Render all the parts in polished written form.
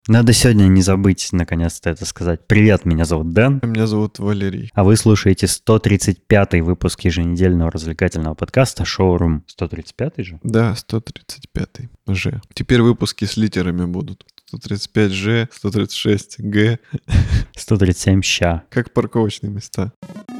Надо сегодня не забыть, наконец-то, это сказать. Привет, меня зовут Дэн. Меня зовут Валерий. А вы слушаете 135-й выпуск еженедельного развлекательного подкаста «Шоурум». 135-й же? Да, 135-й Ж. Теперь выпуски с литерами будут. 135 Ж, 136 Г. 137 ща. Как парковочные места.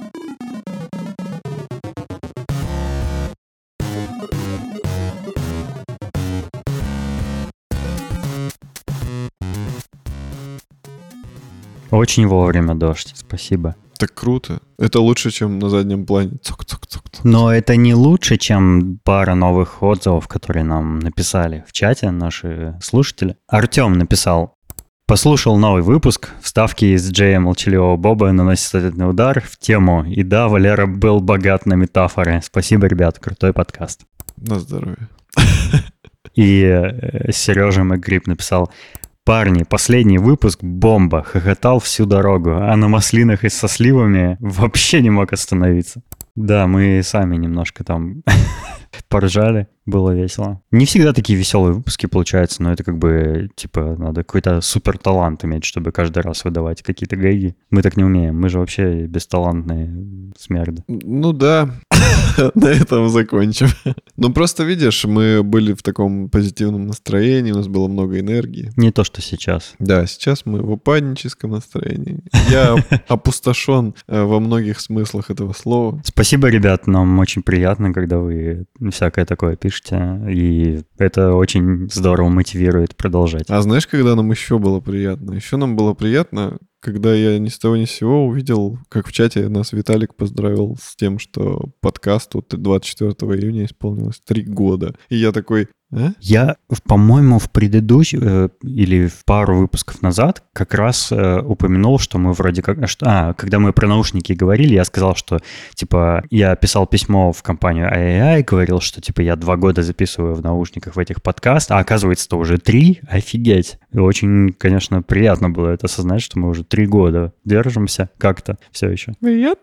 Очень вовремя дождь, спасибо. Так круто. Это лучше, чем на заднем плане. Цок-цок-цок. Но это не лучше, чем пара новых отзывов, которые нам написали в чате наши слушатели. Артем написал: послушал новый выпуск, вставки из Джея Молчаливого Боба наносят ответный удар в тему. И да, Валера был богат на метафоры. Спасибо, ребят, крутой подкаст. На здоровье. И Сережа Макгрип написал: парни, последний выпуск бомба, хохотал всю дорогу, а на маслинах и со сливами вообще не мог остановиться. Да, мы сами немножко там поржали, было весело. Не всегда такие веселые выпуски получаются, но это как бы, типа, надо какой-то супер талант иметь, чтобы каждый раз выдавать какие-то гэги. Мы так не умеем, мы же вообще бесталантные смерды. Ну да, на этом закончим. Ну просто видишь, мы были в таком позитивном настроении, у нас было много энергии. Не то, что сейчас. Да, сейчас мы в упадническом настроении. Я опустошен во многих смыслах этого слова. Спасибо, ребят, нам очень приятно, когда вы всякое такое пишете, и это очень здорово мотивирует продолжать. А знаешь, когда нам еще было приятно? Еще нам было приятно, когда я ни с того ни с сего увидел, как в чате нас Виталик поздравил с тем, что подкасту 24 июня исполнилось 3 года. И я такой... Я, по-моему, в предыдущем или в пару выпусков назад как раз упомянул, что мы вроде как... когда мы про наушники говорили, я сказал, что, типа, я писал письмо в компанию ай-яй-яй, говорил, что, типа, я 2 года записываю в наушниках в этих подкастах, а оказывается-то уже 3. Офигеть. И очень, конечно, приятно было это осознать, что мы уже 3 года держимся как-то все еще. Приятно.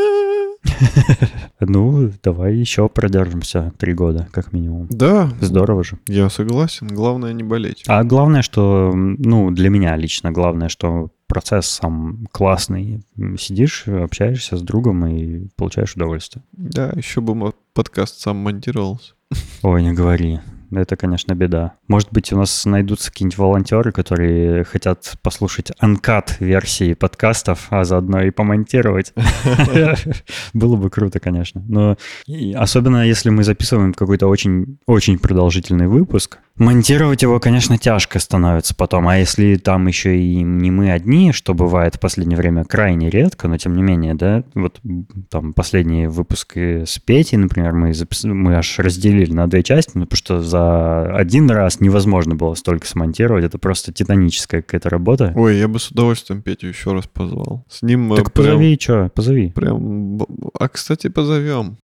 Ну, давай еще продержимся 3 года, как минимум. Да. Здорово же. Я согласен. Главное не болеть. А главное, что, для меня лично главное, что процесс сам классный. Сидишь, общаешься с другом и получаешь удовольствие. Да, еще бы подкаст сам монтировался. Ой, не говори. Это, конечно, беда. Может быть, у нас найдутся какие-нибудь волонтеры, которые хотят послушать анкат-версии подкастов, а заодно и помонтировать. Было бы круто, конечно. Но особенно, если мы записываем какой-то очень, очень продолжительный выпуск, монтировать его, конечно, тяжко становится потом. А если там еще и не мы одни, что бывает в последнее время крайне редко, но тем не менее, да, вот там последние выпуски с Петей, например, мы аж разделили на 2 части, потому что за один раз невозможно было столько смонтировать. Это просто титаническая какая-то работа. Ой, я бы с удовольствием Петю еще раз позвал. С ним... Так позови, что? Позови. Прям... А, кстати, позовем.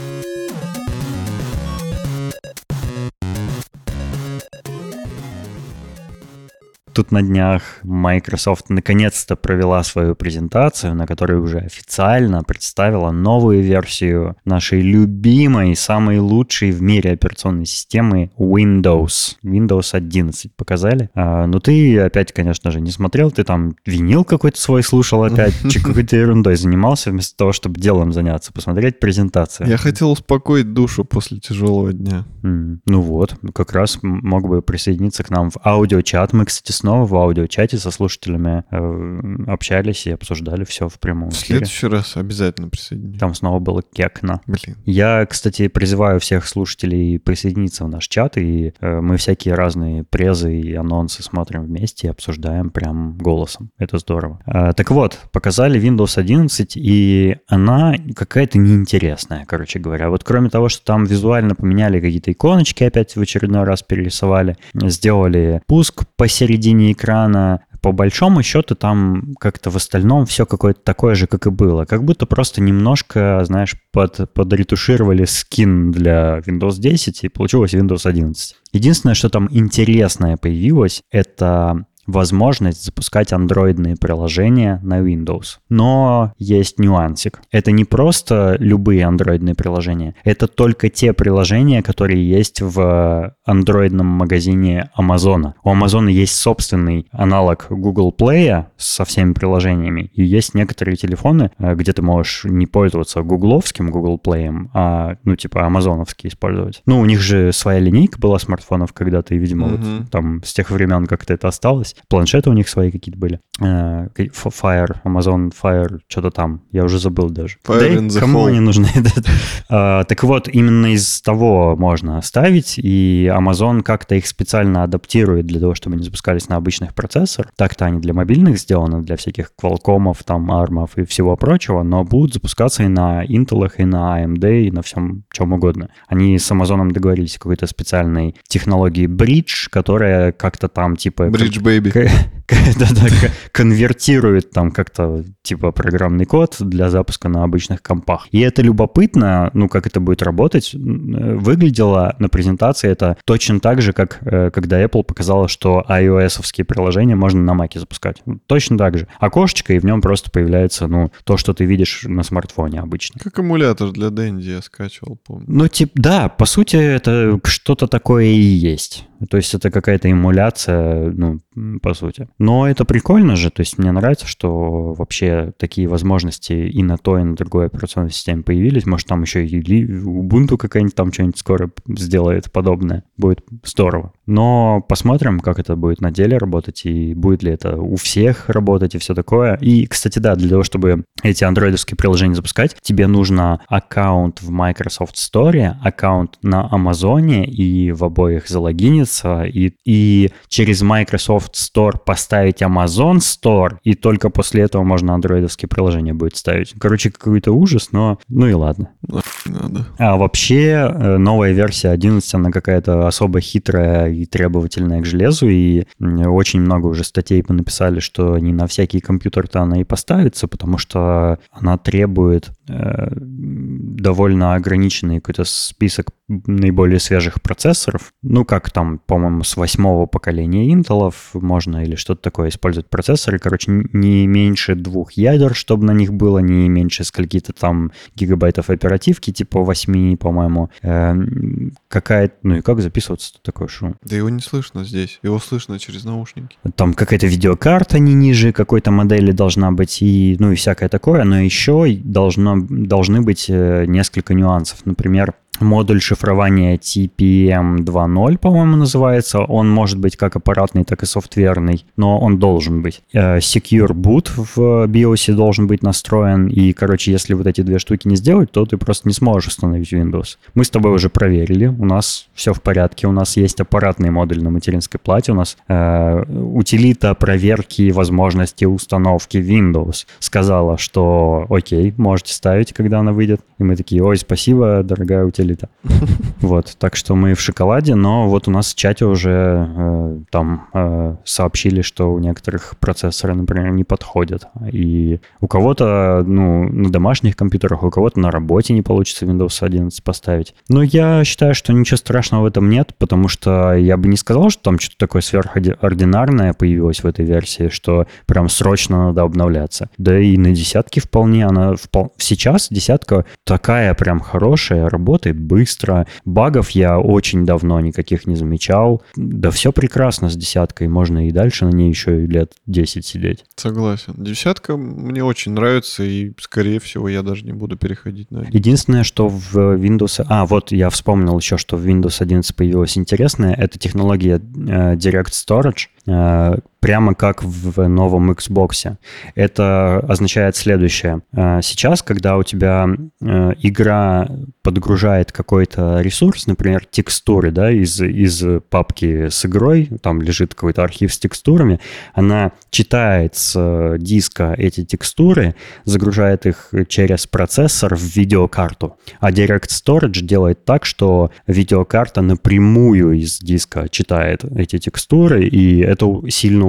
Тут на днях Microsoft наконец-то провела свою презентацию, на которой уже официально представила новую версию нашей любимой, самой лучшей в мире операционной системы Windows. Windows 11 показали. Но ты опять, конечно же, не смотрел. Ты там винил какой-то свой слушал опять, какой-то ерундой занимался вместо того, чтобы делом заняться, посмотреть презентацию. Я хотел успокоить душу после тяжелого дня. Ну вот, как раз мог бы присоединиться к нам в аудиочат. Мы, кстати, снова в аудиочате со слушателями общались и обсуждали все в прямом эфире. В следующий раз обязательно присоединюсь. Там снова было кекно. Блин. Я, кстати, призываю всех слушателей присоединиться в наш чат, и мы всякие разные презы и анонсы смотрим вместе и обсуждаем прям голосом. Это здорово. Так вот, показали Windows 11, и она какая-то неинтересная, короче говоря. Вот кроме того, что там визуально поменяли какие-то иконочки, опять в очередной раз перерисовали, сделали пуск посередине экрана. По большому счету там как-то в остальном все какое-то такое же, как и было. Как будто просто немножко, знаешь, подретушировали скин для Windows 10 и получилось Windows 11. Единственное, что там интересное появилось, это возможность запускать андроидные приложения на Windows. Но есть нюансик. Это не просто любые андроидные приложения. Это только те приложения, которые есть в андроидном магазине Amazon. У Amazon есть собственный аналог Google Play со всеми приложениями. И есть некоторые телефоны, где ты можешь не пользоваться гугловским Google Play, а, амазоновский использовать. У них же своя линейка была смартфонов когда-то, и, видимо, вот там с тех времен как-то это осталось. Планшеты у них свои какие-то были. Fire, Amazon Fire, что-то там. Я уже забыл даже. Кому они нужны? Так вот, именно из того можно ставить, и Amazon как-то их специально адаптирует для того, чтобы они запускались на обычных процессорах. Так-то они для мобильных сделаны, для всяких Qualcomm'ов, там, ARM'ов и всего прочего, но будут запускаться и на Intel, и на AMD, и на всем чем угодно. Они с Amazon договорились о какой-то специальной технологии Bridge, которая как-то там типа... Bridge Baby. Конвертирует там как-то типа программный код для запуска на обычных компах. И это любопытно, как это будет работать. Выглядело на презентации это точно так же, как когда Apple показала, что iOS-овские приложения можно на Mac запускать. Точно так же. Окошечко, и в нем просто появляется, то, что ты видишь на смартфоне обычно. Как эмулятор для Dendy я скачивал, помню. Да, по сути, это что-то такое и есть. То есть это какая-то эмуляция, по сути. Но это прикольно же, то есть мне нравится, что вообще такие возможности и на той, и на другой операционной системе появились. Может, там еще и Ubuntu какая-нибудь там что-нибудь скоро сделает подобное. Будет здорово. Но посмотрим, как это будет на деле работать, и будет ли это у всех работать, и все такое. И, кстати, да, для того, чтобы эти андроидовские приложения запускать, тебе нужно аккаунт в Microsoft Store, аккаунт на Amazon, и в обоих залогиниться, и через Microsoft Store поставить Amazon Store, и только после этого можно андроидовские приложения будет ставить. Короче, какой-то ужас, но и ладно. Надо. А вообще новая версия 11, она какая-то особо хитрая и требовательная к железу, и очень много уже статей понаписали, что не на всякий компьютер-то она и поставится, потому что она требует довольно ограниченный какой-то список наиболее свежих процессоров. Как там, по-моему, с 8-го поколения Intel можно или что-то такое использовать процессоры. Короче, не меньше 2 ядер, чтобы на них было, не меньше скольки-то там гигабайтов оперативки, типа 8, по-моему. Какая-то... и как записываться-то такой шум? Да его не слышно здесь. Его слышно через наушники. Там какая-то видеокарта не ниже какой-то модели должна быть, и всякое такое. Но еще должны быть несколько нюансов. Например, модуль шифрования TPM 2.0, по-моему, называется. Он может быть как аппаратный, так и софтверный, но он должен быть. Secure Boot в BIOS должен быть настроен, и, если вот эти две штуки не сделать, то ты просто не сможешь установить Windows. Мы с тобой уже проверили, у нас все в порядке, у нас есть аппаратный модуль на материнской плате, у нас утилита проверки возможности установки Windows сказала, что окей, можете ставить, когда она выйдет. И мы такие, ой, спасибо, дорогая утилита. Вот, так что мы в шоколаде, но вот у нас в чате уже сообщили, что у некоторых процессоры, например, не подходят. И у кого-то, на домашних компьютерах, у кого-то на работе не получится Windows 11 поставить. Но я считаю, что ничего страшного в этом нет, потому что я бы не сказал, что там что-то такое сверхординарное появилось в этой версии, что прям срочно надо обновляться. Да и на десятке вполне сейчас десятка такая прям хорошая, работает быстро. Багов я очень давно никаких не замечал. Да все прекрасно с десяткой. Можно и дальше на ней еще и лет 10 сидеть. Согласен. Десятка мне очень нравится, и, скорее всего, я даже не буду переходить на это. Единственное, что в Windows... вот я вспомнил еще, что в Windows 11 появилось интересное. Это технология Direct Storage. Прямо как в новом Xbox. Это означает следующее. Сейчас, когда у тебя игра подгружает какой-то ресурс, например, текстуры, да, из папки с игрой, там лежит какой-то архив с текстурами, она читает с диска эти текстуры, загружает их через процессор в видеокарту. А Direct Storage делает так, что видеокарта напрямую из диска читает эти текстуры, и это сильно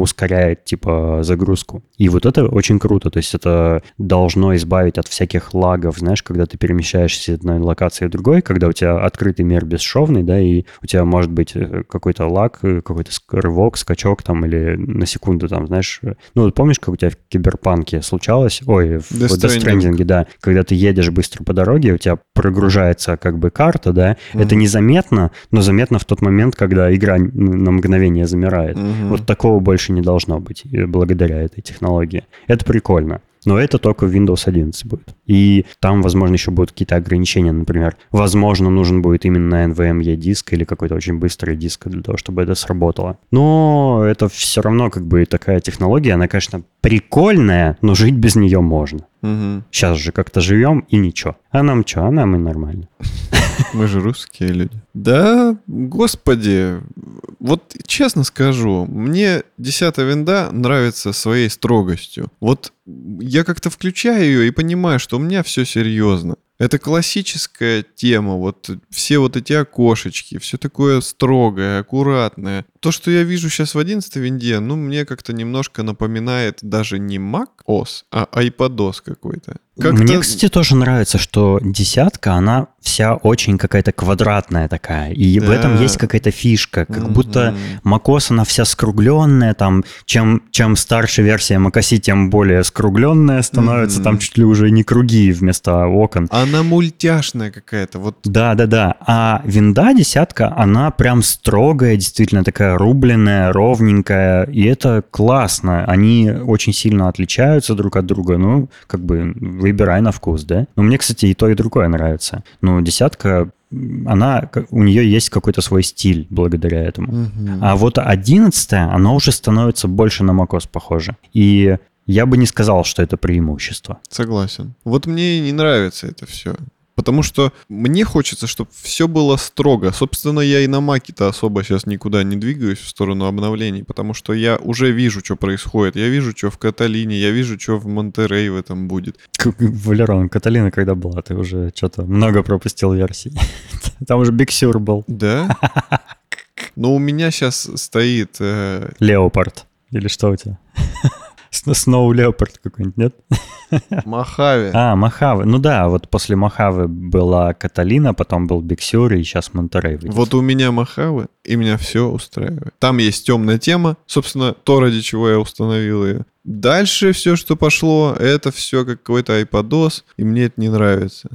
ускоряет, типа, загрузку. И вот это очень круто, то есть это должно избавить от всяких лагов, знаешь, когда ты перемещаешься из одной локации в другой, когда у тебя открытый мир бесшовный, да, и у тебя может быть какой-то лаг, какой-то рывок, скачок там, или на секунду там, знаешь, ну, вот помнишь, как у тебя в Киберпанке случалось, в Death Stranding, да, когда ты едешь быстро по дороге, у тебя прогружается как бы карта, да, это незаметно, но заметно в тот момент, когда игра на мгновение замирает. Вот такого больше не должно быть благодаря этой технологии. Это прикольно. Но это только в Windows 11 будет. И там, возможно, еще будут какие-то ограничения. Например, возможно, нужен будет именно NVMe диск или какой-то очень быстрый диск для того, чтобы это сработало. Но это все равно как бы такая технология. Она, конечно, прикольная, но жить без нее можно. Сейчас же как-то живем, и ничего. А нам что? А нам и нормально. Мы же русские люди. Да, господи, вот честно скажу, мне 10-я винда нравится своей строгостью. Вот я как-то включаю ее и понимаю, что у меня все серьезно. Это классическая тема, вот все вот эти окошечки, все такое строгое, аккуратное. То, что я вижу сейчас в 11-й винде, ну, мне как-то немножко напоминает даже не macOS, а iPadOS какой-то. Как-то... Мне, кстати, тоже нравится, что 10-ка, она вся очень какая-то квадратная такая, и в этом есть какая-то фишка, как будто macOS, она вся скругленная, там, чем старше версия macOS, тем более скругленная становится, там чуть ли уже не круги вместо окон. Она мультяшная какая-то, вот. Да. А винда 10-ка, она прям строгая, действительно такая рубленная, ровненькая, и это классно. Они очень сильно отличаются друг от друга, ну, как бы выбирай на вкус, да? Но мне, кстати, и то, и другое нравится. Но 10-ка, у нее есть какой-то свой стиль благодаря этому. А вот 11-я, она уже становится больше на macOS похожа. И я бы не сказал, что это преимущество. Согласен. Вот мне и не нравится это все. Потому что мне хочется, чтобы все было строго. Собственно, я и на Маке-то особо сейчас никуда не двигаюсь в сторону обновлений, потому что я уже вижу, что происходит. Я вижу, что в Каталине, я вижу, что в Монтерей в этом будет. Валерон, Каталина когда была? Ты уже что-то много пропустил версий. Там уже Big Sur был. Да? Но у меня сейчас стоит... Леопард. Или что у тебя? Snow Leopard какой-нибудь, нет? Мохаве. Мохаве. Ну да, вот после Мохаве была Каталина, потом был Big Sur, и сейчас Монтерей выйдет. Вот у меня Мохаве, и меня все устраивает. Там есть темная тема, собственно, то, ради чего я установил ее. Дальше все, что пошло, это все как какой-то iPadOS, и мне это не нравится.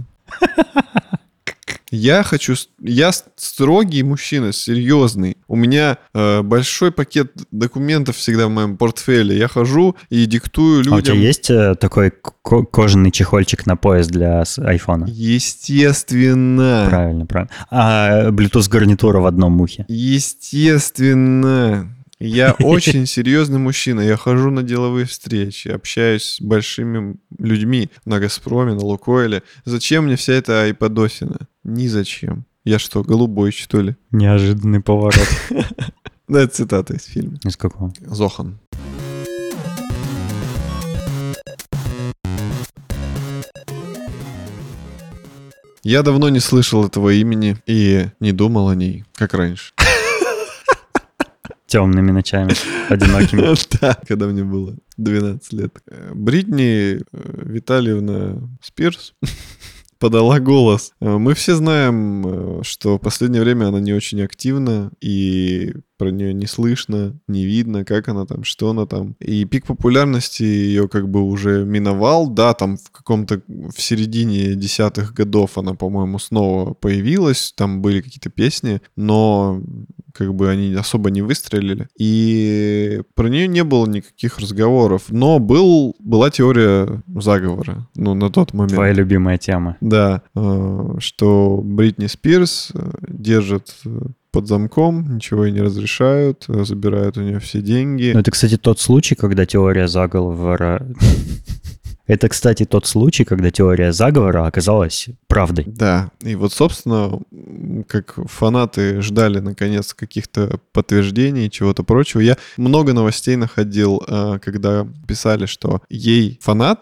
Я строгий мужчина, серьезный. У меня большой пакет документов всегда в моем портфеле. Я хожу и диктую людям. А у тебя есть такой кожаный чехольчик на пояс для айфона? Естественно. Правильно. А Bluetooth-гарнитура в одном ухе? Естественно. Я очень серьезный мужчина. Я хожу на деловые встречи, общаюсь с большими людьми на «Газпроме», на «Лукойле». Зачем мне вся эта айпадосина? Ни зачем. Я что, голубой, что ли? Неожиданный поворот. Да, это цитата из фильма. Из какого? Зохан. Я давно не слышал этого имени и не думал о ней, как раньше. Темными ночами, одинокими. Да, когда мне было 12 лет. Бритни Витальевна Спирс подала голос. Мы все знаем, что в последнее время она не очень активна, и про нее не слышно, не видно, как она там, что она там. И пик популярности ее как бы уже миновал. Да, там в середине 10-х годов она, по-моему, снова появилась. Там были какие-то песни, но как бы они особо не выстрелили. И про нее не было никаких разговоров. Но была теория заговора, на тот момент. Твоя любимая тема. Да, что Бритни Спирс держит под замком, ничего ей не разрешают, забирают у нее все деньги. Это, кстати, тот случай, когда теория заговора... Это, кстати, тот случай, когда теория заговора оказалась правдой. Да, и вот, собственно, как фанаты ждали, наконец, каких-то подтверждений, чего-то прочего. Я много новостей находил, когда писали, что ей фанаты,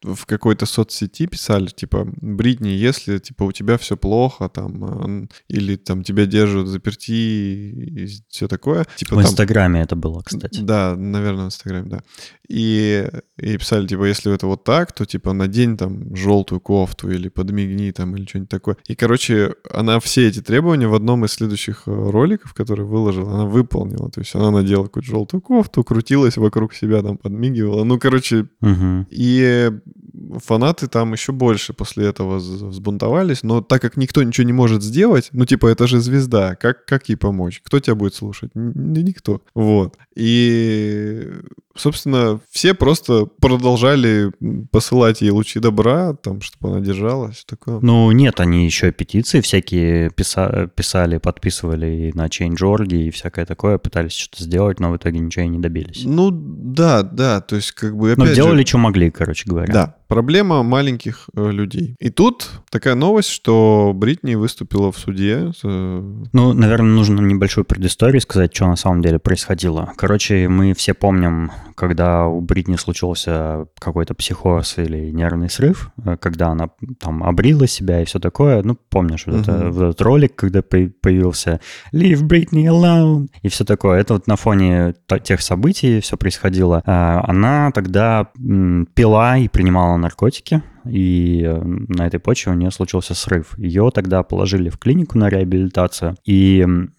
в какой-то соцсети писали, типа, Бритни, если, типа, у тебя все плохо, там, или там тебя держат заперти и все такое. Типа, в Инстаграме это было, кстати. Да, наверное, в Инстаграме, да. И писали, типа, если это вот так, то, типа, надень там желтую кофту или подмигни там или что-нибудь такое. И, короче, она все эти требования в одном из следующих роликов, который выложила, она выполнила. То есть она надела какую-то желтую кофту, крутилась вокруг себя, там, подмигивала. Ну, короче, и фанаты там еще больше после этого взбунтовались, но так как никто ничего не может сделать, ну, типа, это же звезда, как ей помочь? Кто тебя будет слушать? Никто. Вот. И, собственно, все просто продолжали посылать ей лучи добра, там, чтобы она держалась. Такое. Ну, нет, они еще петиции всякие писали, подписывали на Change.org и всякое такое, пытались что-то сделать, но в итоге ничего и не добились. Ну, да, то есть как бы опять но делали, что могли, короче говоря. Да, проблема маленьких людей. И тут такая новость, что Бритни выступила в суде. Ну, наверное, нужно небольшую предысторию сказать, что на самом деле происходило. Короче, мы все помним, когда у Бритни случился какой-то психоз или нервный срыв, когда она там обрила себя и все такое. Ну, помнишь, вот этот ролик, когда появился «Leave Britney alone» и все такое. Это вот на фоне тех событий все происходило. Она тогда пила и принимала наркотики, и на этой почве у нее случился срыв. Ее тогда положили в клинику на реабилитацию, и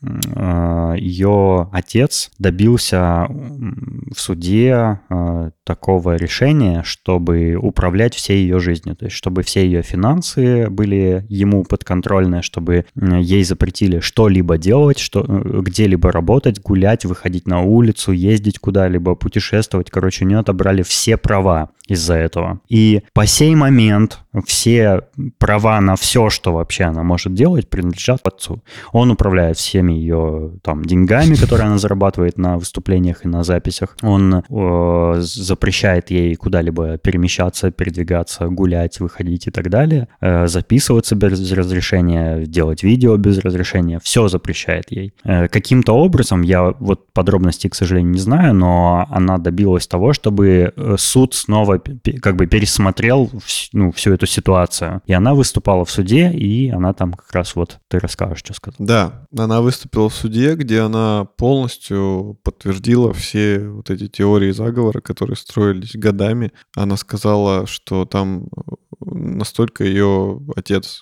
ее отец добился в суде такого решения, чтобы управлять всей ее жизнью, то есть чтобы все ее финансы были ему подконтрольны, чтобы ей запретили что-либо делать, где-либо работать, гулять, выходить на улицу, ездить куда-либо, путешествовать. Короче, у нее отобрали все права из-за этого. И по сей момент все права на все, что вообще она может делать, принадлежат отцу. Он управляет всеми ее там деньгами, которые она зарабатывает на выступлениях и на записях. Он запрещает ей куда-либо перемещаться, передвигаться, гулять, выходить и так далее. Записываться без разрешения, делать видео без разрешения. Все запрещает ей. Каким-то образом, я вот подробностей, к сожалению, не знаю, но она добилась того, чтобы суд снова как бы пересмотрел всю эту ситуацию. И она выступала в суде, и она там как раз вот, ты расскажешь, что сказал. Да, она выступила в суде, где она полностью подтвердила все вот эти теории заговора, которые строились годами. Она сказала, что там настолько ее отец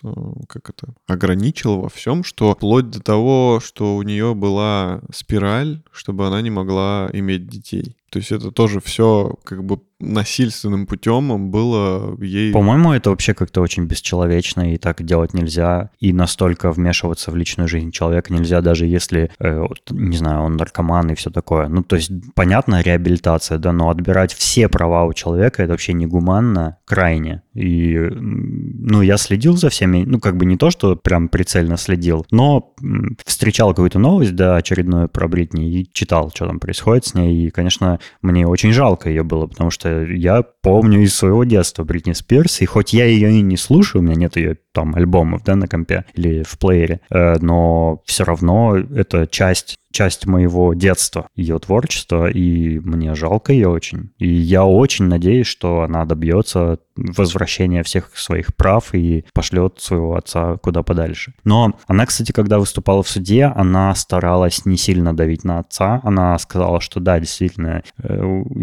ограничил во всем, что вплоть до того, что у нее была спираль, чтобы она не могла иметь детей. То есть это тоже все как бы насильственным путем было ей... По-моему, это вообще как-то очень бесчеловечно, и так делать нельзя, и настолько вмешиваться в личную жизнь человека нельзя, даже если, не знаю, он наркоман и все такое. Ну, то есть, понятно, реабилитация, да, но отбирать все права у человека — это вообще негуманно, крайне. И, ну, я следил за всеми, ну, как бы не то, что прям прицельно следил, но встречал какую-то новость, да, очередную про Бритни, и читал, что там происходит с ней, и, конечно, мне очень жалко ее было, потому что я помню из своего детства Бритни Спирс, и хоть я ее и не слушаю, у меня нет ее там альбомов, да, на компе или в плеере, но все равно это часть моего детства, ее творчества, и мне жалко ее очень. И я очень надеюсь, что она добьется возвращения всех своих прав и пошлет своего отца куда подальше. Но она, кстати, когда выступала в суде, она старалась не сильно давить на отца. Она сказала, что да, действительно, у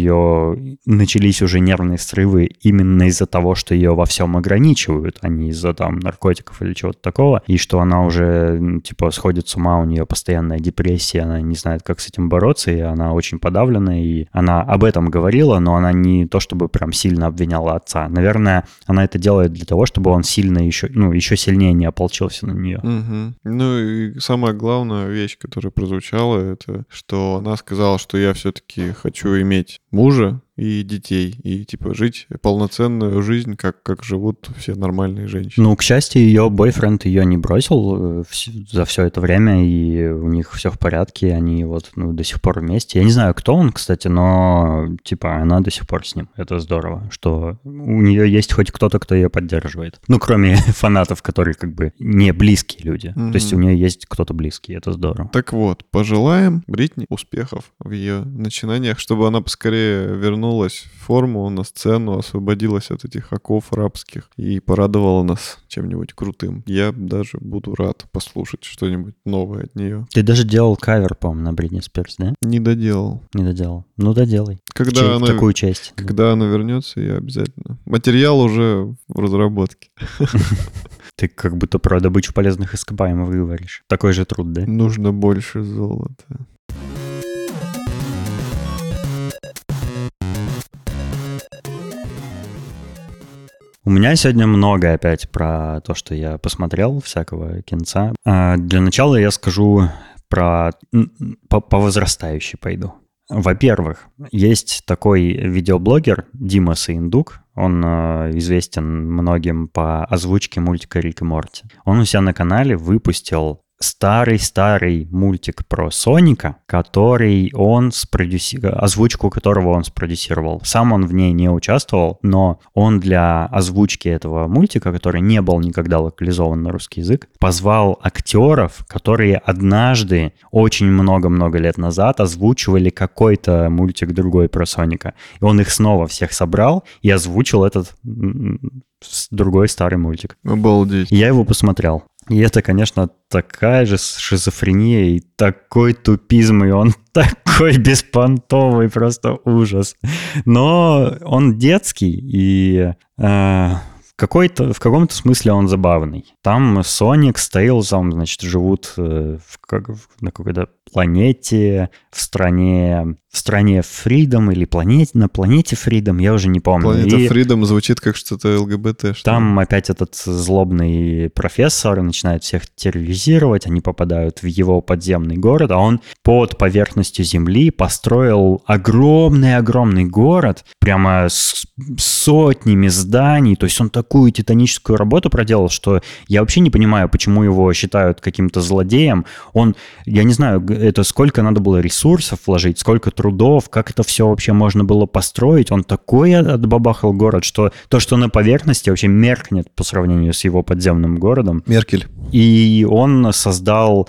нее начались уже нервные срывы именно из-за того, что ее во всем ограничивают, а не из-за там наркотиков или чего-то такого, и что она уже типа сходит с ума, у нее постоянная депрессия, она не знает, как с этим бороться, и она очень подавлена, и она об этом говорила, но она не то чтобы прям сильно обвиняла отца. Наверное, она это делает для того, чтобы он сильно еще сильнее не ополчился на нее. Угу. Ну и самая главная вещь, которая прозвучала, это что она сказала, что я все-таки хочу иметь мужа и детей, и типа жить полноценную жизнь, как живут все нормальные женщины. Ну, к счастью, ее бойфренд ее не бросил за все это время, и у них все в порядке, они вот до сих пор вместе. Я не знаю, кто он, кстати, но типа она до сих пор с ним. Это здорово, что у нее есть хоть кто-то, кто ее поддерживает. Ну, кроме фанатов, которые как бы не близкие люди. То есть у нее есть кто-то близкий, это здорово. Так вот, пожелаем Бритни успехов в ее начинаниях, чтобы она поскорее вернулась вернулась в форму, на сцену, освободилась от этих оков рабских и порадовала нас чем-нибудь крутым. Я даже буду рад послушать что-нибудь новое от нее. Ты даже делал кавер, по-моему, на Бритни Спирс, да? Не доделал. Не доделал. Ну, доделай. Какую часть? Когда она вернется, я обязательно. Материал уже в разработке. Ты как будто про добычу полезных ископаемых говоришь. Такой же труд, да? Нужно больше золота. У меня сегодня много опять про то, что я посмотрел, всякого кинца. Для начала я скажу по возрастающей пойду. Во-первых, есть такой видеоблогер Дима Саиндук. Он известен многим по озвучке мультика «Рик и Морти». Он у себя на канале выпустил старый мультик про Соника, который он озвучку которого он спродюсировал. Сам он в ней не участвовал, но он для озвучки этого мультика, который не был никогда локализован на русский язык, позвал актеров, которые однажды, очень много-много лет назад, озвучивали какой-то мультик другой про Соника. И он их снова всех собрал и озвучил этот другой старый мультик. Обалдеть. Я его посмотрел. И это, конечно, такая же шизофрения и такой тупизм, и он такой беспонтовый, просто ужас. Но он детский, и в каком-то смысле он забавный. Там Соник с Тейлзом, значит, живут на какой-то планете, в стране Freedom или на планете Freedom, я уже не помню. Планета Freedom звучит как что-то ЛГБТ. Там опять этот злобный профессор начинает всех терроризировать, они попадают в его подземный город, а он под поверхностью Земли построил огромный город, прямо с сотнями зданий, то есть он такую титаническую работу проделал, что я вообще не понимаю, почему его считают каким-то злодеем. Я не знаю, это сколько надо было ресурсов вложить, сколько трудов, как это все вообще можно было построить. Он такой отбабахал город, что то, что на поверхности, вообще меркнет по сравнению с его подземным городом. Меркель. И он создал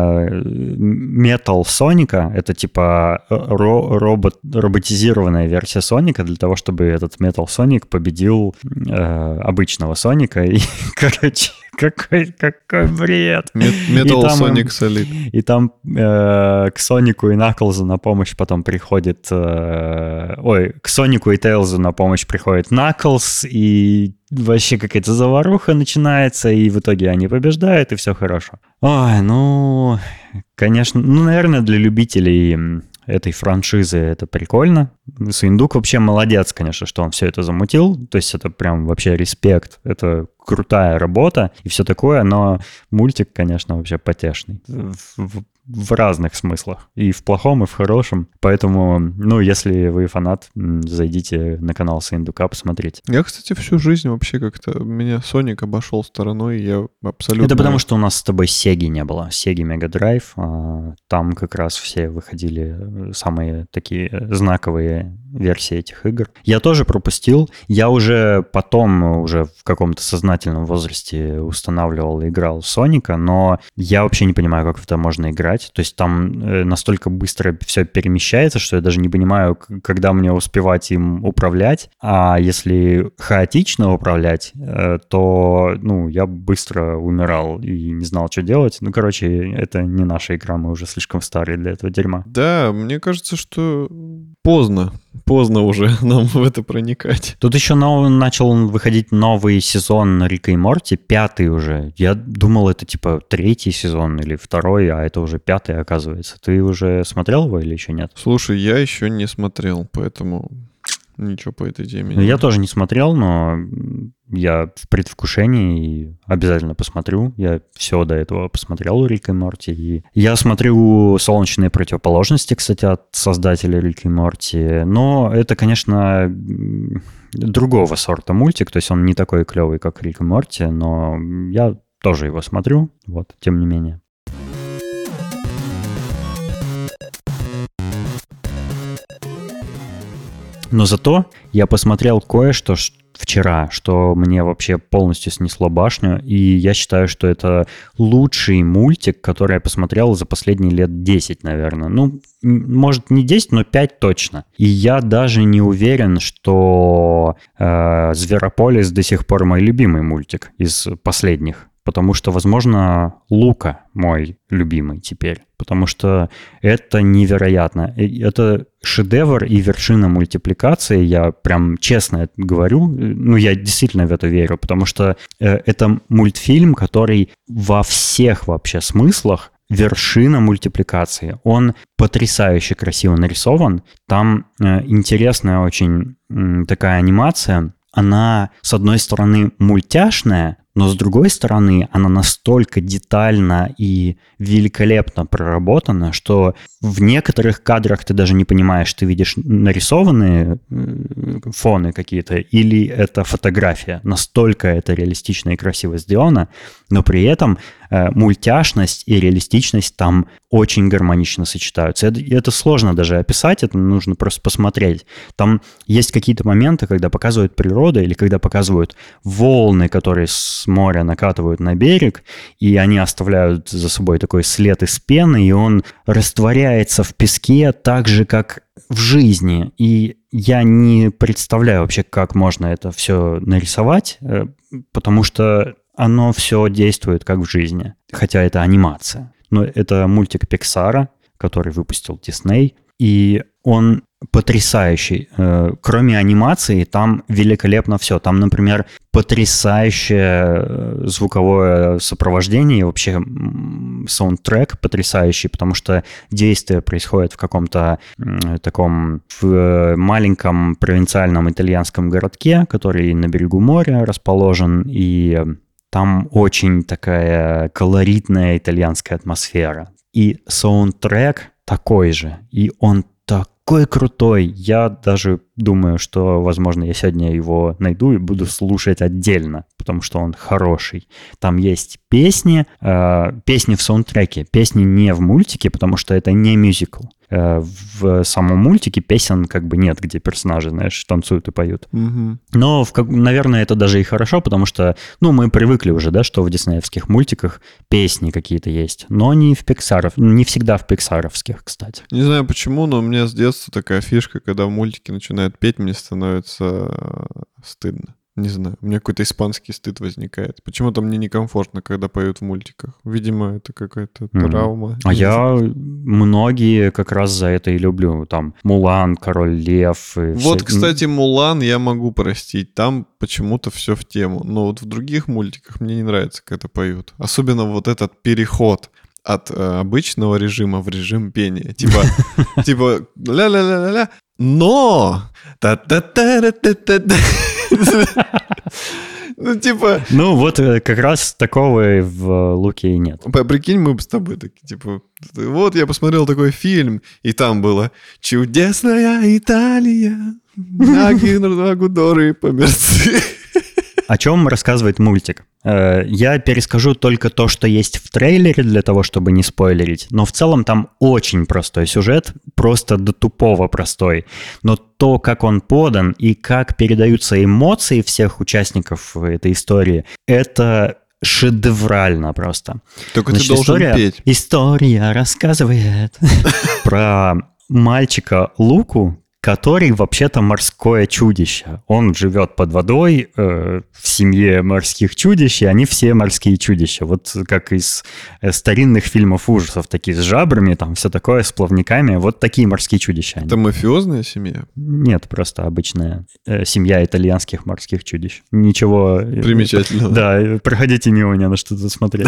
Metal Соника, это типа роботизированная версия Соника, для того, чтобы этот Metal Соник победил обычного Соника. И, короче, какой бред. Metal Sonic Solid. И там к Сонику и Наклзу на помощь потом приходит... к Сонику и Тейлзу на помощь приходит Наклз, и вообще какая-то заваруха начинается, и в итоге они побеждают, и все хорошо. Ой, конечно, наверное, для любителей этой франшизы это прикольно. Саиндук вообще молодец, конечно, что он все это замутил. То есть это прям вообще респект. Это крутая работа и все такое, но мультик, конечно, вообще потешный. В разных смыслах. И в плохом, и в хорошем. Поэтому, если вы фанат, зайдите на канал Саиндука, посмотрите. Я, кстати, всю жизнь вообще как-то... Меня Соник обошел стороной, я абсолютно... Это потому, что у нас с тобой Сеги не было. Сеги Mega Drive. Там как раз все выходили самые такие знаковые версии этих игр. Я тоже пропустил. Я уже потом, в каком-то сознательном возрасте устанавливал и играл в Соника, но я вообще не понимаю, как в это можно играть. То есть там настолько быстро все перемещается, что я даже не понимаю, когда мне успевать им управлять. А если хаотично управлять, то, я быстро умирал и не знал, что делать. Это не наша игра, мы уже слишком старые для этого дерьма. Да, мне кажется, что поздно уже нам в это проникать. Тут еще начал выходить новый сезон Рика и Морти, 5-й уже. Я думал, это типа 3-й сезон или 2-й, а это уже 5-й, оказывается. Ты уже смотрел его или еще нет? Слушай, я еще не смотрел, поэтому ничего по этой теме. Я тоже не смотрел, но я в предвкушении и обязательно посмотрю. Я все до этого посмотрел у Рика и Морти. И я смотрю «Солнечные противоположности», кстати, от создателя Рика и Морти. Но это, конечно, другого сорта мультик. То есть он не такой клевый, как Рик и Морти, но я тоже его смотрю. Тем не менее. Но зато я посмотрел кое-что, вчера, что мне вообще полностью снесло башню, и я считаю, что это лучший мультик, который я посмотрел за последние лет 10, наверное. Ну, может, не 10, но 5 точно. И я даже не уверен, что «Зверополис» до сих пор мой любимый мультик из последних. Потому что, возможно, «Лука» мой любимый теперь. Потому что это невероятно. Это шедевр и вершина мультипликации. Я прям честно говорю. Ну, я действительно в это верю. Потому что это мультфильм, который во всех вообще смыслах вершина мультипликации. Он потрясающе красиво нарисован. Там интересная очень такая анимация. Она, с одной стороны, мультяшная, но с другой стороны, она настолько детально и великолепно проработана, что в некоторых кадрах ты даже не понимаешь, ты видишь нарисованные фоны какие-то или это фотография. Настолько это реалистично и красиво сделано, но при этом мультяшность и реалистичность там очень гармонично сочетаются. Это сложно даже описать, это нужно просто посмотреть. Там есть какие-то моменты, когда показывают природу или когда показывают волны, которые с моря накатывают на берег, и они оставляют за собой такой след из пены, и он растворяется в песке так же, как в жизни. И я не представляю вообще, как можно это все нарисовать, потому что оно все действует как в жизни, хотя это анимация. Но это мультик Pixar, который выпустил Disney, и он потрясающий. Кроме анимации, там великолепно все. Там, например, потрясающее звуковое сопровождение, и вообще саундтрек потрясающий, потому что действие происходит в каком-то таком в маленьком провинциальном итальянском городке, который на берегу моря расположен, и там очень такая колоритная итальянская атмосфера. И саундтрек такой же, и он такой крутой. Я даже думаю, что, возможно, я сегодня его найду и буду слушать отдельно, потому что он хороший. Там есть песни, песни в саундтреке, песни не в мультике, потому что это не мюзикл. В самом мультике песен как бы нет, где персонажи, знаешь, танцуют и поют. Угу. Но, наверное, это даже и хорошо, потому что, ну, мы привыкли уже, да, что в диснеевских мультиках песни какие-то есть, но не в Pixar, не всегда в пиксаровских, кстати. Не знаю почему, но у меня с детства такая фишка, когда в мультике начинают петь, мне становится стыдно. Не знаю, у меня какой-то испанский стыд возникает. Почему-то мне некомфортно, когда поют в мультиках. Видимо, это какая-то травма. Многие как раз за это и люблю. Там «Мулан», «Король Лев». Вот, кстати, «Мулан» я могу простить. Там почему-то все в тему. Но вот в других мультиках мне не нравится, когда поют. Особенно вот этот переход от обычного режима в режим пения. Типа ля-ля-ля-ля-ля. Но! Та-та-та-та-та-та. Ну, типа... Ну, вот как раз такого в «Луке» и нет. Прикинь, мы бы с тобой такие, типа... Вот я посмотрел такой фильм, и там было «Чудесная Италия, Агудоры померцы». О чем рассказывает мультик? Я перескажу только то, что есть в трейлере, для того, чтобы не спойлерить. Но в целом там очень простой сюжет, просто до тупого простой. Но то, как он подан и как передаются эмоции всех участников этой истории, это шедеврально просто. Только ты должен петь. История рассказывает про мальчика Луку, который вообще-то морское чудище. Он живет под водой в семье морских чудищ, и они все морские чудища. Вот как из старинных фильмов ужасов, такие с жабрами, там все такое, с плавниками. Вот такие морские чудища. Это мафиозная семья? Нет, просто обычная семья итальянских морских чудищ. Ничего... Примечательного. Да, проходите мимо, не на что тут смотреть.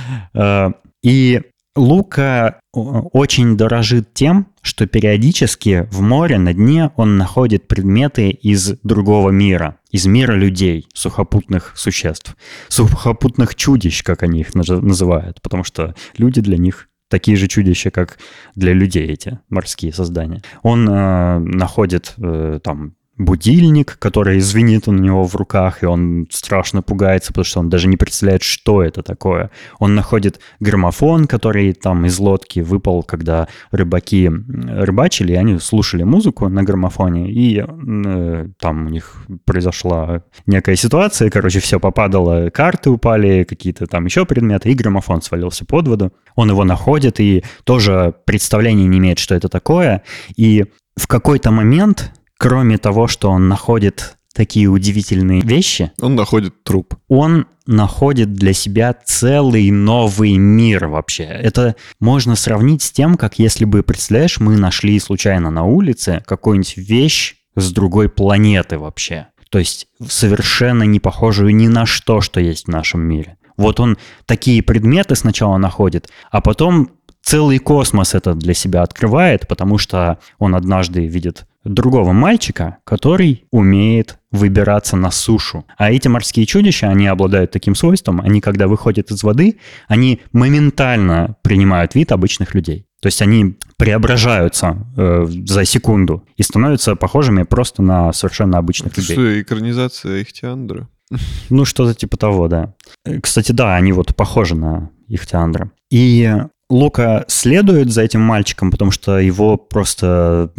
И Лука очень дорожит тем, что периодически в море на дне он находит предметы из другого мира, из мира людей, сухопутных существ, сухопутных чудищ, как они их называют, потому что люди для них такие же чудища, как для людей эти морские создания. Он находит там будильник, который звенит у него в руках, и он страшно пугается, потому что он даже не представляет, что это такое. Он находит граммофон, который там из лодки выпал, когда рыбаки рыбачили, и они слушали музыку на граммофоне, и там у них произошла некая ситуация, короче, все попадало, карты упали, какие-то там еще предметы, и граммофон свалился под воду. Он его находит и тоже представления не имеет, что это такое, и в какой-то момент, кроме того, что он находит такие удивительные вещи, он находит труп. Он находит для себя целый новый мир вообще. Это можно сравнить с тем, как если бы, представляешь, мы нашли случайно на улице какую-нибудь вещь с другой планеты вообще. То есть совершенно не похожую ни на что есть в нашем мире. Вот он такие предметы сначала находит, а потом целый космос это для себя открывает, потому что он однажды видит другого мальчика, который умеет выбираться на сушу. А эти морские чудища, они обладают таким свойством, они, когда выходят из воды, они моментально принимают вид обычных людей. То есть они преображаются за секунду и становятся похожими просто на совершенно обычных людей. Что, экранизация Ихтиандра? Ну, что-то типа того, да. Кстати, да, они вот похожи на Ихтиандра. И Лука следует за этим мальчиком, потому что его просто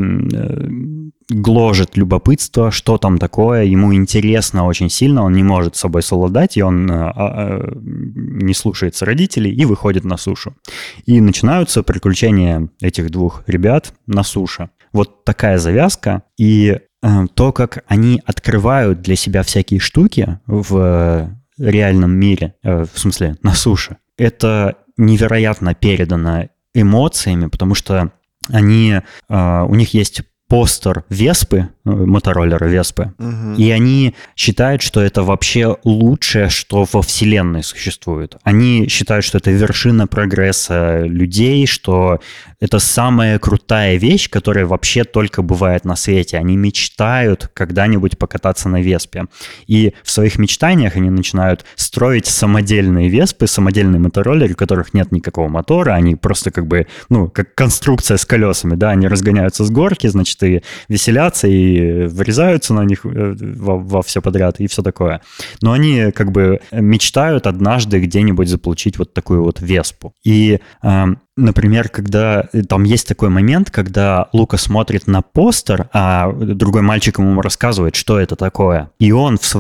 гложет любопытство, что там такое, ему интересно очень сильно, он не может с собой совладать, и он не слушается родителей и выходит на сушу. И начинаются приключения этих двух ребят на суше. Вот такая завязка, и то, как они открывают для себя всякие штуки в реальном мире, в смысле на суше, это невероятно передано эмоциями, потому что у них есть постер Веспы, мотороллера Веспы, и они считают, что это вообще лучшее, что во Вселенной существует. Они считают, что это вершина прогресса людей, что это самая крутая вещь, которая вообще только бывает на свете. Они мечтают когда-нибудь покататься на Веспе. И в своих мечтаниях они начинают строить самодельные Веспы, самодельные мотороллеры, у которых нет никакого мотора, они просто как конструкция с колесами, да, они разгоняются с горки, значит, и веселятся, и врезаются на них во все подряд, и все такое. Но они как бы мечтают однажды где-нибудь заполучить вот такую вот Веспу. И, например, когда там есть такой момент, когда Лука смотрит на постер, а другой мальчик ему рассказывает, что это такое. И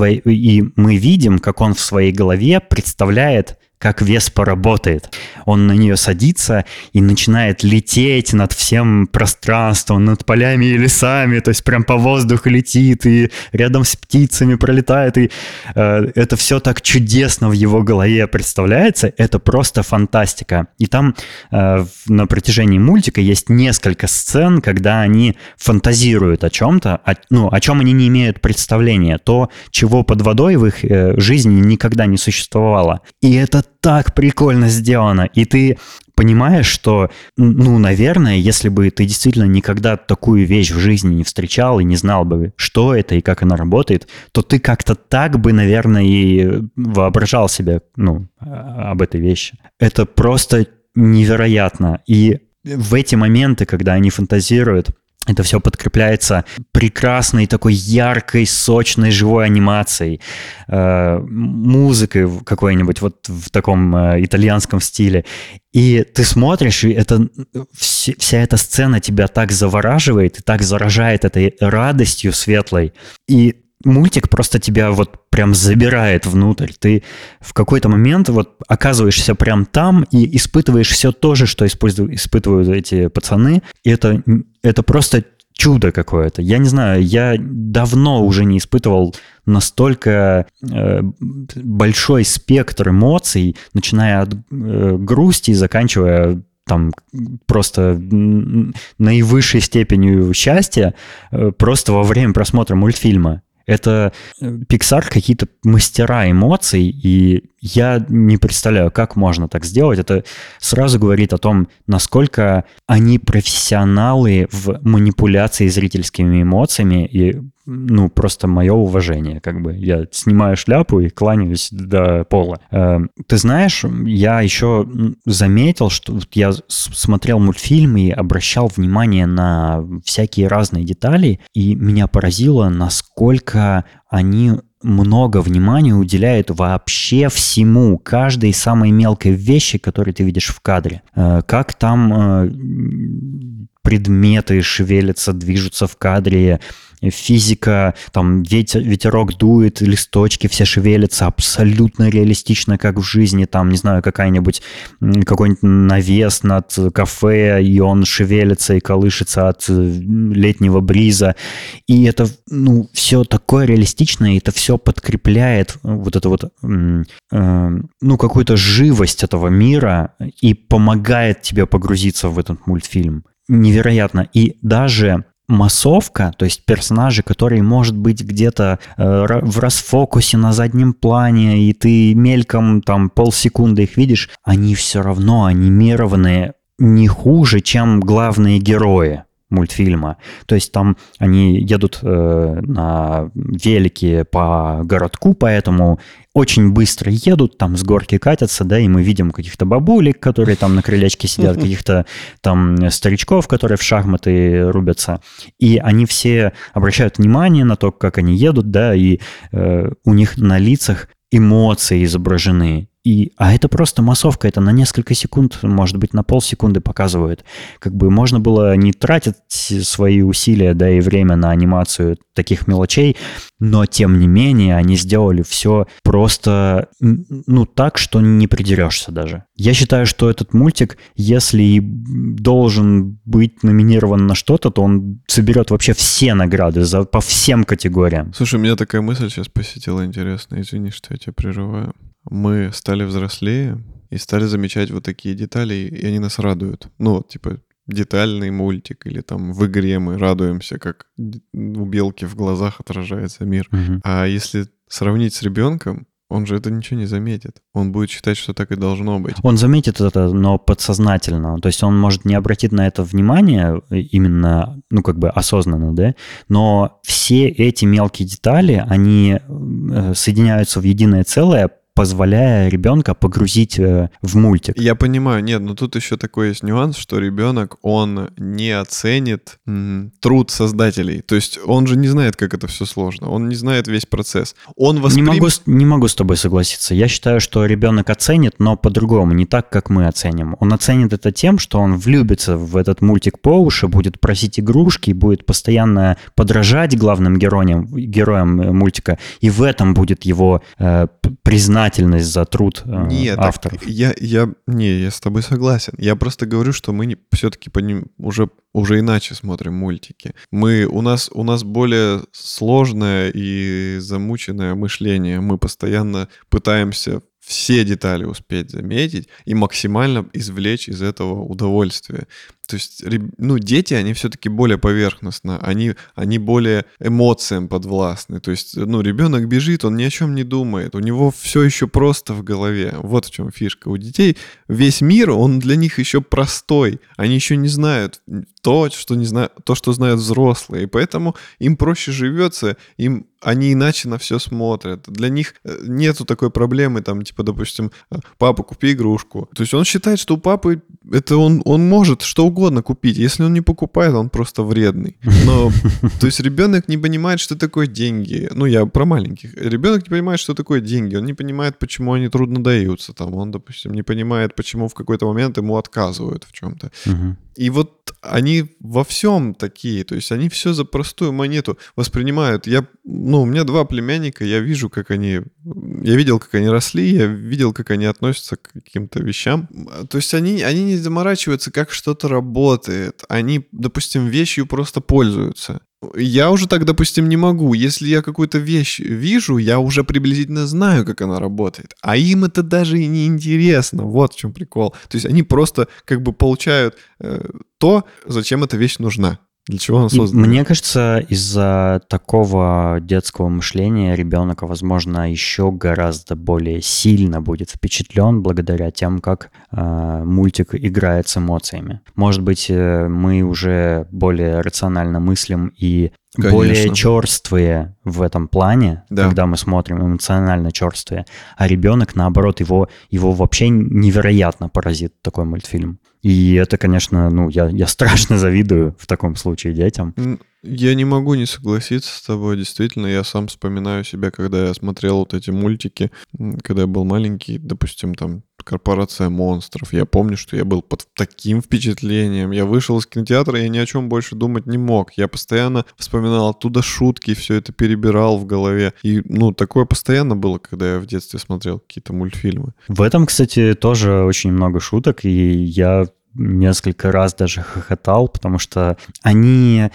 мы видим, как он в своей голове представляет, как Веспа работает. Он на нее садится и начинает лететь над всем пространством, над полями и лесами, то есть прям по воздуху летит и рядом с птицами пролетает. И это все так чудесно в его голове представляется. Это просто фантастика. И там на протяжении мультика есть несколько сцен, когда они фантазируют о чем-то, о чем они не имеют представления. То, чего под водой в их жизни никогда не существовало. И это так прикольно сделано, и ты понимаешь, что, наверное, если бы ты действительно никогда такую вещь в жизни не встречал и не знал бы, что это и как она работает, то ты как-то так бы, наверное, и воображал себе, об этой вещи. Это просто невероятно. И в эти моменты, когда они фантазируют, это все подкрепляется прекрасной такой яркой, сочной, живой анимацией, музыкой какой-нибудь вот в таком итальянском стиле. И ты смотришь, и вся эта сцена тебя так завораживает и так заражает этой радостью светлой. И мультик просто тебя вот прям забирает внутрь. Ты в какой-то момент вот оказываешься прям там и испытываешь все то же, что испытывают эти пацаны. И это просто чудо какое-то. Я не знаю, я давно уже не испытывал настолько большой спектр эмоций, начиная от грусти и заканчивая там просто наивысшей степенью счастья просто во время просмотра мультфильма. Это Pixar какие-то мастера эмоций, и я не представляю, как можно так сделать. Это сразу говорит о том, насколько они профессионалы в манипуляции зрительскими эмоциями и ну, просто мое уважение, как бы. Я снимаю шляпу и кланяюсь до пола. Ты знаешь, я еще заметил, что я смотрел мультфильм и обращал внимание на всякие разные детали, и меня поразило, насколько они много внимания уделяют вообще всему, каждой самой мелкой вещи, которую ты видишь в кадре. Как там предметы шевелятся, движутся в кадре, физика, там ветерок дует, листочки все шевелятся, абсолютно реалистично, как в жизни, там, не знаю, какой-нибудь навес над кафе, и он шевелится и колышется от летнего бриза. И это, ну, все такое реалистичное, и это все подкрепляет вот это вот, ну, какую-то живость этого мира и помогает тебе погрузиться в этот мультфильм. Невероятно. И даже массовка, то есть персонажи, которые, может быть, где-то в расфокусе на заднем плане, и ты мельком там полсекунды их видишь, они все равно анимированы не хуже, чем главные герои мультфильма. То есть там они едут на велике по городку, поэтому очень быстро едут, там с горки катятся, да, и мы видим каких-то бабулек, которые там на крылечке сидят, каких-то там старичков, которые в шахматы рубятся. И они все обращают внимание на то, как они едут, да, и у них на лицах эмоции изображены. А это просто массовка, это на несколько секунд, может быть, на полсекунды показывают. Как бы можно было не тратить свои усилия, да, и время на анимацию таких мелочей, но, тем не менее, они сделали все просто, ну, так, что не придерешься даже. Я считаю, что этот мультик, если и должен быть номинирован на что-то, то он соберет вообще все награды по всем категориям. Слушай, у меня такая мысль сейчас посетила интересная, извини, что я тебя прерываю. Мы стали взрослее и стали замечать вот такие детали, и они нас радуют. Ну, типа, детальный мультик, или там в игре мы радуемся, как у белки в глазах отражается мир. Угу. А если сравнить с ребенком, он же это ничего не заметит. Он будет считать, что так и должно быть. Он заметит это, но подсознательно. То есть он может не обратить на это внимание именно, ну, как бы осознанно, да? Но все эти мелкие детали, они соединяются в единое целое, позволяя ребенка погрузить в мультик. Я понимаю, нет, но тут еще такой есть нюанс, что ребенок, он не оценит труд создателей. То есть он же не знает, как это все сложно. Он не знает весь процесс. Он Не могу с тобой согласиться. Я считаю, что ребенок оценит, но по-другому, не так, как мы оценим. Он оценит это тем, что он влюбится в этот мультик по уши, будет просить игрушки, будет постоянно подражать главным героям мультика, и в этом будет его признательность за труд авторов. Я с тобой согласен. Я просто говорю, что мы все-таки по ним уже иначе смотрим мультики. У нас более сложное и замученное мышление. Мы постоянно пытаемся все детали успеть заметить и максимально извлечь из этого удовольствие. То есть, ну, дети, они все-таки более поверхностно, они более эмоциям подвластны. То есть, ну, ребенок бежит, он ни о чем не думает, у него все еще просто в голове. Вот в чем фишка. У детей весь мир, он для них еще простой. Они еще не знают то, что знают взрослые. И поэтому им проще живется, они иначе на все смотрят. Для них нету такой проблемы, там, типа, допустим, папа, купи игрушку. То есть он считает, что у папы это он может что угодно купить. Если он не покупает, он просто вредный. Но, то есть ребенок не понимает, что такое деньги. Ну, я про маленьких. Ребенок не понимает, что такое деньги. Он не понимает, почему они трудно даются. Там, он, допустим, не понимает, почему в какой-то момент ему отказывают в чем-то. Угу. И вот они во всем такие, то есть они все за простую монету воспринимают. У меня 2 племянника, я видел, как они росли, я видел, как они относятся к каким-то вещам. То есть они не заморачиваются, как что-то работает. Они, допустим, вещью просто пользуются. Я уже так, допустим, не могу. Если я какую-то вещь вижу, я уже приблизительно знаю, как она работает. А им это даже и не интересно. Вот в чем прикол. То есть они просто как бы получают то, зачем эта вещь нужна. Для чего она создана? Мне кажется, из-за такого детского мышления ребенок, возможно, еще гораздо более сильно будет впечатлен благодаря тем, как мультик играет с эмоциями. Может быть, мы уже более рационально мыслим и более черствые в этом плане, Да. когда мы смотрим, эмоционально черствые, а ребенок, наоборот, его вообще невероятно поразит такой мультфильм. И это, конечно, я страшно завидую в таком случае детям. Я не могу не согласиться с тобой. Действительно, я сам вспоминаю себя, когда я смотрел вот эти мультики, когда я был маленький, допустим, там «Корпорация монстров». Я помню, что я был под таким впечатлением. Я вышел из кинотеатра, я ни о чем больше думать не мог. Я постоянно вспоминал оттуда шутки, все это перебирал в голове. И, такое постоянно было, когда я в детстве смотрел какие-то мультфильмы. В этом, кстати, тоже очень много шуток, и я несколько раз даже хохотал, потому что они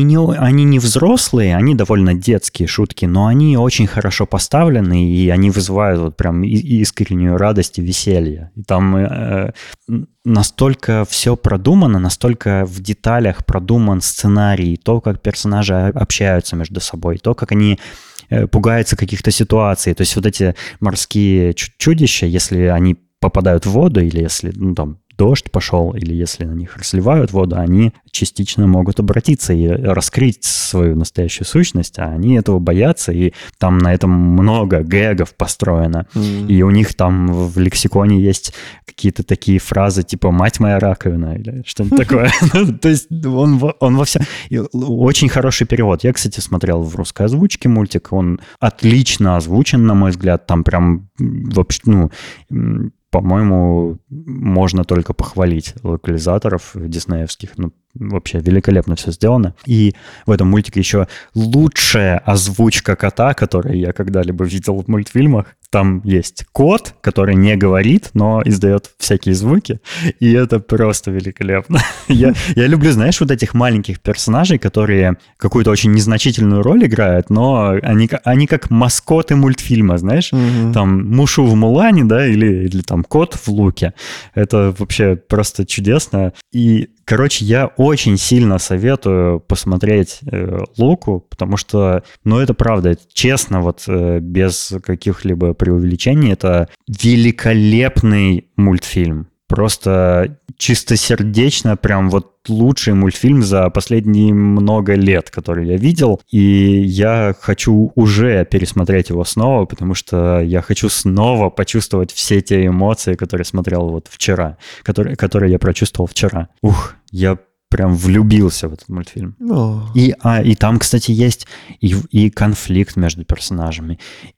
не взрослые, они довольно детские шутки, но они очень хорошо поставлены, и они вызывают вот прям искреннюю радость и веселье. И там настолько все продумано, настолько в деталях продуман сценарий, то, как персонажи общаются между собой, то, как они пугаются каких-то ситуаций. То есть вот эти морские чудища, если они попадают в воду, или если, дождь пошел, или если на них разливают воду, они частично могут обратиться и раскрыть свою настоящую сущность, а они этого боятся, и там на этом много гэгов построено. И у них там в лексиконе есть какие-то такие фразы, типа «мать моя раковина» или что-нибудь такое. То есть он во всем... Очень хороший перевод. Я, кстати, смотрел в русской озвучке мультик, он отлично озвучен, на мой взгляд, там прям вообще, по-моему, можно только похвалить локализаторов диснеевских. Вообще великолепно все сделано. И в этом мультике еще лучшая озвучка кота, которую я когда-либо видел в мультфильмах. Там есть кот, который не говорит, но издает всякие звуки. И это просто великолепно. Я люблю, знаешь, вот этих маленьких персонажей, которые какую-то очень незначительную роль играют, но они как маскоты мультфильма, знаешь? Там Мушу в Мулане, да, или там кот в Луке. Это вообще просто чудесно. И короче, я очень сильно советую посмотреть Луку, потому что, это правда, это честно, вот без каких-либо преувеличений, это великолепный мультфильм. Просто чистосердечно, прям вот лучший мультфильм за последние много лет, который я видел. И я хочу уже пересмотреть его снова, потому что я хочу снова почувствовать все те эмоции, которые смотрел вот вчера, которые я прочувствовал вчера. Я прям влюбился в этот мультфильм. И там, кстати, есть и конфликт между персонажами,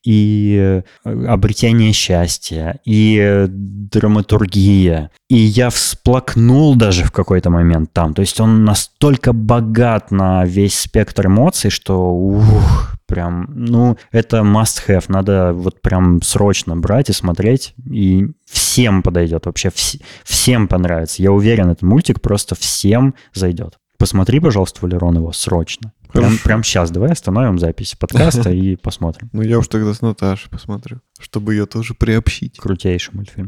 и обретение счастья, и драматургия. И я всплакнул даже в какой-то момент там. То есть он настолько богат на весь спектр эмоций, что прям, это must have. Надо вот прям срочно брать и смотреть. И всем подойдет вообще. Всем понравится. Я уверен, этот мультик просто всем зайдет. Посмотри, пожалуйста, Валерон, его срочно. Прям сейчас. Давай остановим запись подкаста и посмотрим. Я уж тогда с Наташей посмотрю, чтобы ее тоже приобщить. Крутейший мультфильм.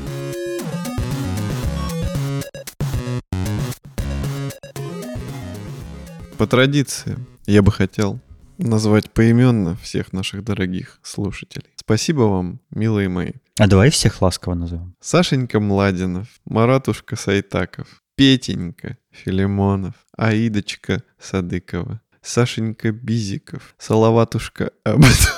По традиции, я бы хотел назвать поименно всех наших дорогих слушателей. Спасибо вам, милые мои. А давай всех ласково назовем. Сашенька Младинов, Маратушка Сайтаков, Петенька Филимонов, Аидочка Садыкова, Сашенька Бизиков, Салаватушка Абатов.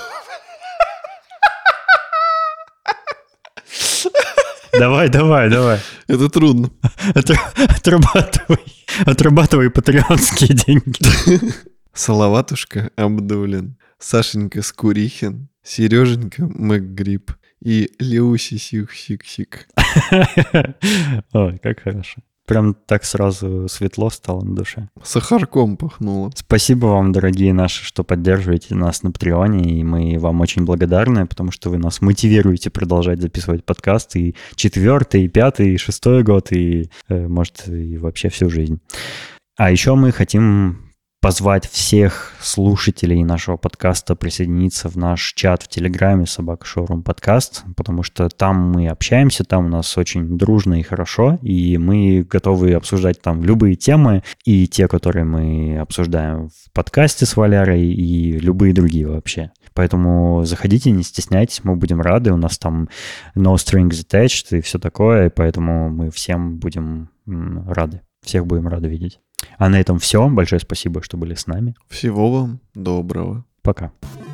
Давай. Это трудно. Отрабатывай патреонские деньги. Салаватушка Абдулин, Сашенька Скурихин, Сереженька МакГриб и Леуси Сик-Сик-Сик. Ой, как хорошо. Прям так сразу светло стало на душе. Сахарком пахнуло. Спасибо вам, дорогие наши, что поддерживаете нас на Патреоне, и мы вам очень благодарны, потому что вы нас мотивируете продолжать записывать подкасты и 4-й, и 5-й, и 6-й год, и, может, и вообще всю жизнь. А еще мы хотим позвать всех слушателей нашего подкаста присоединиться в наш чат в Телеграме «Собака Шоурум Подкаст», потому что там мы общаемся, там у нас очень дружно и хорошо, и мы готовы обсуждать там любые темы, и те, которые мы обсуждаем в подкасте с Валерой, и любые другие вообще. Поэтому заходите, не стесняйтесь, мы будем рады, у нас там no strings attached и все такое, и поэтому мы всем будем рады. Всех будем рады видеть. А на этом все. Большое спасибо, что были с нами. Всего вам доброго. Пока.